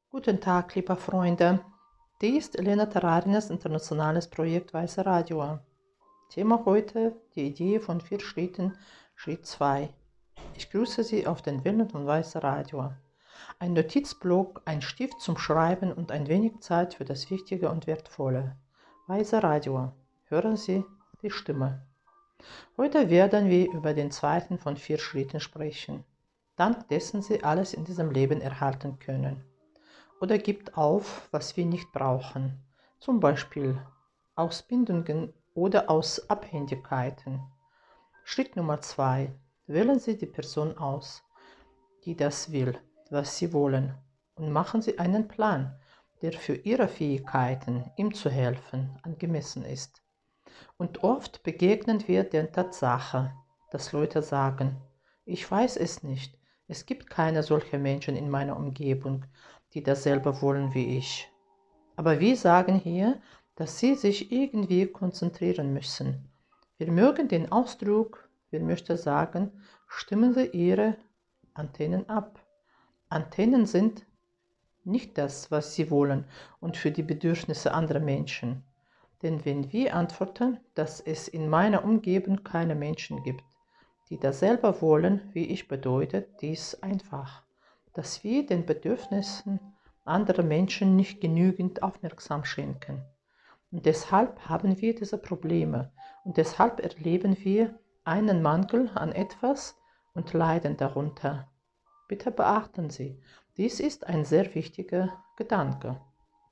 Guten Tag, liebe Freunde. Dies ist Elena Terrarinas internationales Projekt Weiße Radio. Thema heute: die Idee von 4 Schritten, Schritt 2. Ich grüße Sie auf den Wellen von Weiße Radio. Ein Notizblock, ein Stift zum Schreiben und ein wenig Zeit für das Wichtige und Wertvolle. Weiße Radio. Hören Sie die Stimme. Heute werden wir über den zweiten von 4 Schritten sprechen, dank dessen Sie alles in diesem Leben erhalten können. Oder gibt auf, was wir nicht brauchen, zum Beispiel aus Bindungen oder aus Abhängigkeiten. Schritt Nummer 2. Wählen Sie die Person aus, die das will, was Sie wollen, und machen Sie einen Plan, der für Ihre Fähigkeiten, ihm zu helfen, angemessen ist. Und oft begegnen wir der Tatsache, dass Leute sagen: Ich weiß es nicht, es gibt keine solchen Menschen in meiner Umgebung, die dasselbe wollen wie ich. Aber wir sagen hier, dass sie sich irgendwie konzentrieren müssen. Wir mögen den Ausdruck, wir möchten sagen, stimmen Sie Ihre Antennen ab. Antennen sind nicht das, was Sie wollen und für die Bedürfnisse anderer Menschen. Denn wenn wir antworten, dass es in meiner Umgebung keine Menschen gibt, die dasselbe wollen wie ich, bedeutet dies einfach, dass wir den Bedürfnissen anderer Menschen nicht genügend Aufmerksamkeit schenken. Und deshalb haben wir diese Probleme und deshalb erleben wir einen Mangel an etwas und leiden darunter. Bitte beachten Sie, dies ist ein sehr wichtiger Gedanke.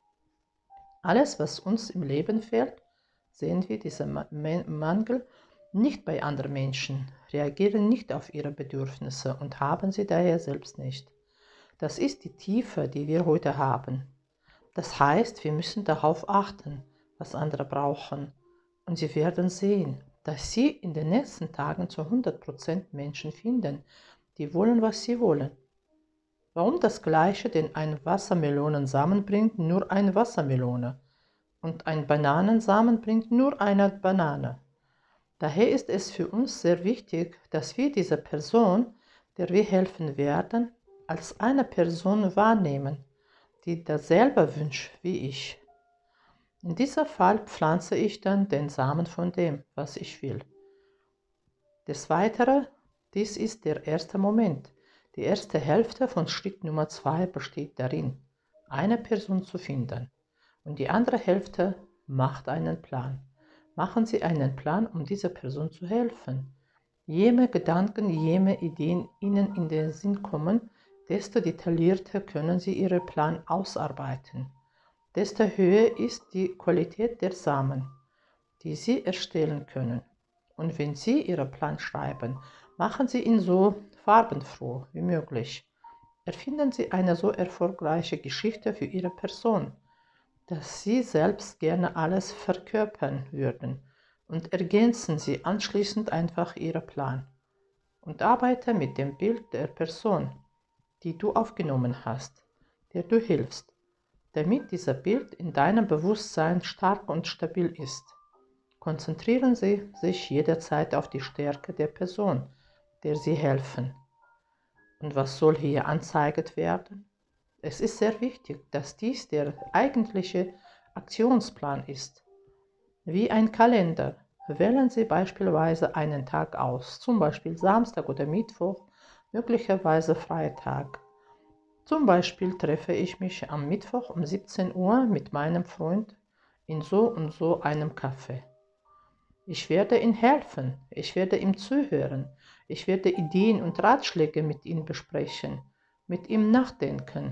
Alles, was uns im Leben fehlt, sehen wir diesen Mangel nicht bei anderen Menschen, reagieren nicht auf ihre Bedürfnisse und haben sie daher selbst nicht. Das ist die Tiefe, die wir heute haben. Das heißt, wir müssen darauf achten, was andere brauchen. Und Sie werden sehen, dass Sie in den nächsten Tagen zu 100% Menschen finden, die wollen, was sie wollen. Warum das Gleiche, denn ein Wassermelonensamen bringt nur eine Wassermelone und ein Bananensamen bringt nur eine Banane. Daher ist es für uns sehr wichtig, dass wir diese Person, der wir helfen werden, als eine Person wahrnehmen, die dasselbe wünscht wie ich. In diesem Fall pflanze ich dann den Samen von dem, was ich will. Des Weiteren, dies ist der erste Moment. Die erste Hälfte von Schritt Nummer 2 besteht darin, eine Person zu finden. Und die andere Hälfte macht einen Plan. Machen Sie einen Plan, um dieser Person zu helfen. Je mehr Gedanken, je mehr Ideen Ihnen in den Sinn kommen, desto detaillierter können Sie Ihren Plan ausarbeiten. Desto höher ist die Qualität der Samen, die Sie erstellen können. Und wenn Sie Ihren Plan schreiben, machen Sie ihn so farbenfroh wie möglich. Erfinden Sie eine so erfolgreiche Geschichte für Ihre Person, dass Sie selbst gerne alles verkörpern würden, und ergänzen Sie anschließend einfach Ihren Plan. Und arbeite mit dem Bild der Person, die du aufgenommen hast, der du hilfst, damit dieser Bild in deinem Bewusstsein stark und stabil ist. Konzentrieren Sie sich jederzeit auf die Stärke der Person, der Sie helfen. Und was soll hier angezeigt werden? Es ist sehr wichtig, dass dies der eigentliche Aktionsplan ist. Wie ein Kalender. Wählen Sie beispielsweise einen Tag aus, zum Beispiel Samstag oder Mittwoch, möglicherweise Freitag. Zum Beispiel treffe ich mich am Mittwoch um 17 Uhr mit meinem Freund in so und so einem Café. Ich werde ihm helfen, ich werde ihm zuhören, ich werde Ideen und Ratschläge mit ihm besprechen, mit ihm nachdenken.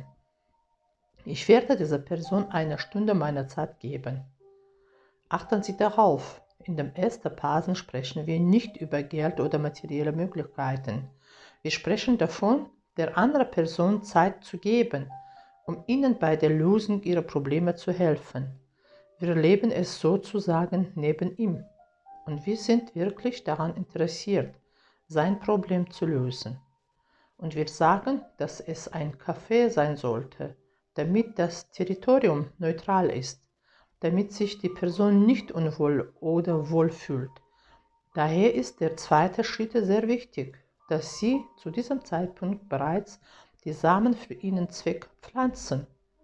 Ich werde dieser Person eine Stunde meiner Zeit geben. Achten Sie darauf, in dem ersten Phasen sprechen wir nicht über Geld oder materielle Möglichkeiten. Wir sprechen davon, der anderen Person Zeit zu geben, um ihnen bei der Lösung ihrer Probleme zu helfen. Wir leben es sozusagen neben ihm. Und wir sind wirklich daran interessiert, sein Problem zu lösen. Und wir sagen, dass es ein Café sein sollte, damit das Territorium neutral ist, damit sich die Person nicht unwohl oder wohl fühlt. Daher ist der zweite Schritt sehr wichtig, dass Sie zu diesem Zeitpunkt bereits die Samen für Ihren Zweck pflanzen.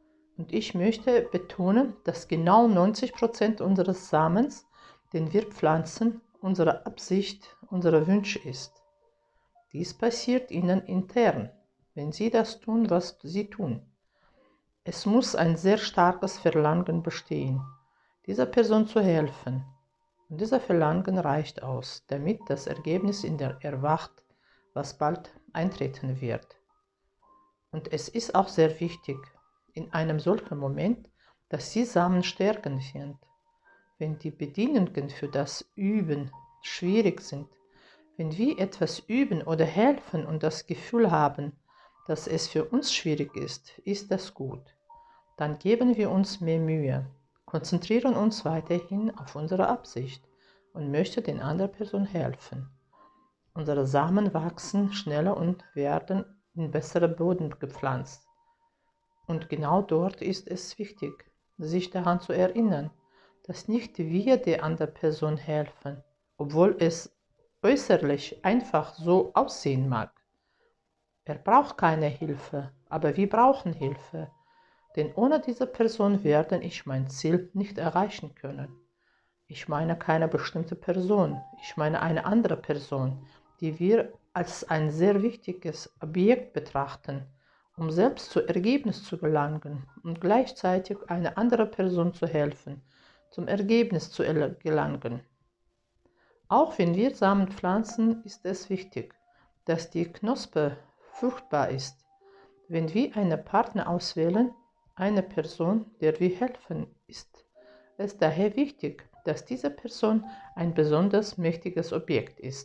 Und ich möchte betonen, dass genau 90% unseres Samens, den wir pflanzen, unsere Absicht, unser Wunsch ist. Dies passiert ihnen intern, wenn sie das tun, was sie tun. Es muss ein sehr starkes Verlangen bestehen, dieser Person zu helfen. Und dieser Verlangen reicht aus, damit das Ergebnis in der erwacht, was bald eintreten wird. Und es ist auch sehr wichtig, in einem solchen Moment, dass Sie Samen stärkend sind. Wenn die Bedingungen für das Üben schwierig sind, wenn wir etwas üben oder helfen und das Gefühl haben, dass es für uns schwierig ist das gut. Dann geben wir uns mehr Mühe, konzentrieren uns weiterhin auf unsere Absicht und möchten den anderen Person helfen. Unsere Samen wachsen schneller und werden in bessere Boden gepflanzt. Und genau dort ist es wichtig, sich daran zu erinnern, dass nicht wir der anderen Person helfen, obwohl es äußerlich einfach so aussehen mag. Er braucht keine Hilfe, aber wir brauchen Hilfe, denn ohne diese Person werde ich mein Ziel nicht erreichen können. Ich meine keine bestimmte Person, ich meine eine andere Person, die wir als ein sehr wichtiges Objekt betrachten, um selbst zu Ergebnis zu gelangen und gleichzeitig eine andere Person zu helfen, zum Ergebnis zu gelangen. Auch wenn wir Samen pflanzen, ist es wichtig, dass die Knospe fruchtbar ist. Wenn wir einen Partner auswählen, eine Person, der wir helfen, ist es daher wichtig, dass diese Person ein besonders mächtiges Objekt ist.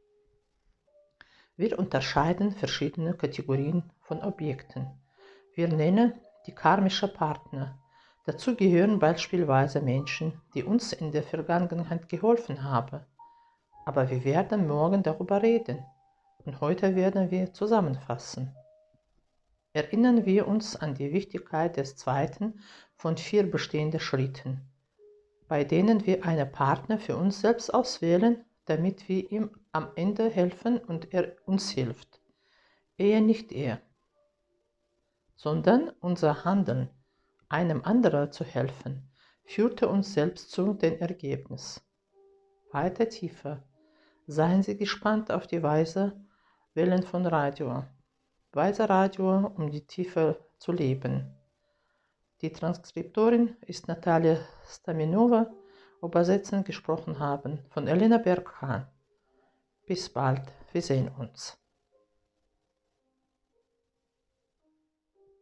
Wir unterscheiden verschiedene Kategorien von Objekten. Wir nennen die karmischen Partner. Dazu gehören beispielsweise Menschen, die uns in der Vergangenheit geholfen haben. Aber wir werden morgen darüber reden und heute werden wir zusammenfassen. Erinnern wir uns an die Wichtigkeit des zweiten von 4 bestehenden Schritten, bei denen wir einen Partner für uns selbst auswählen, damit wir ihm am Ende helfen und er uns hilft. Nicht er, sondern unser Handeln, einem anderen zu helfen, führte uns selbst zu dem Ergebnis. Weiter tiefer. Seien Sie gespannt auf die weise Wellen von Radio. Weise Radio, um die Tiefe zu leben. Die Transkriptorin ist Natalia Staminova, übersetzend gesprochen haben von Elena Berghan. Bis bald, wir sehen uns.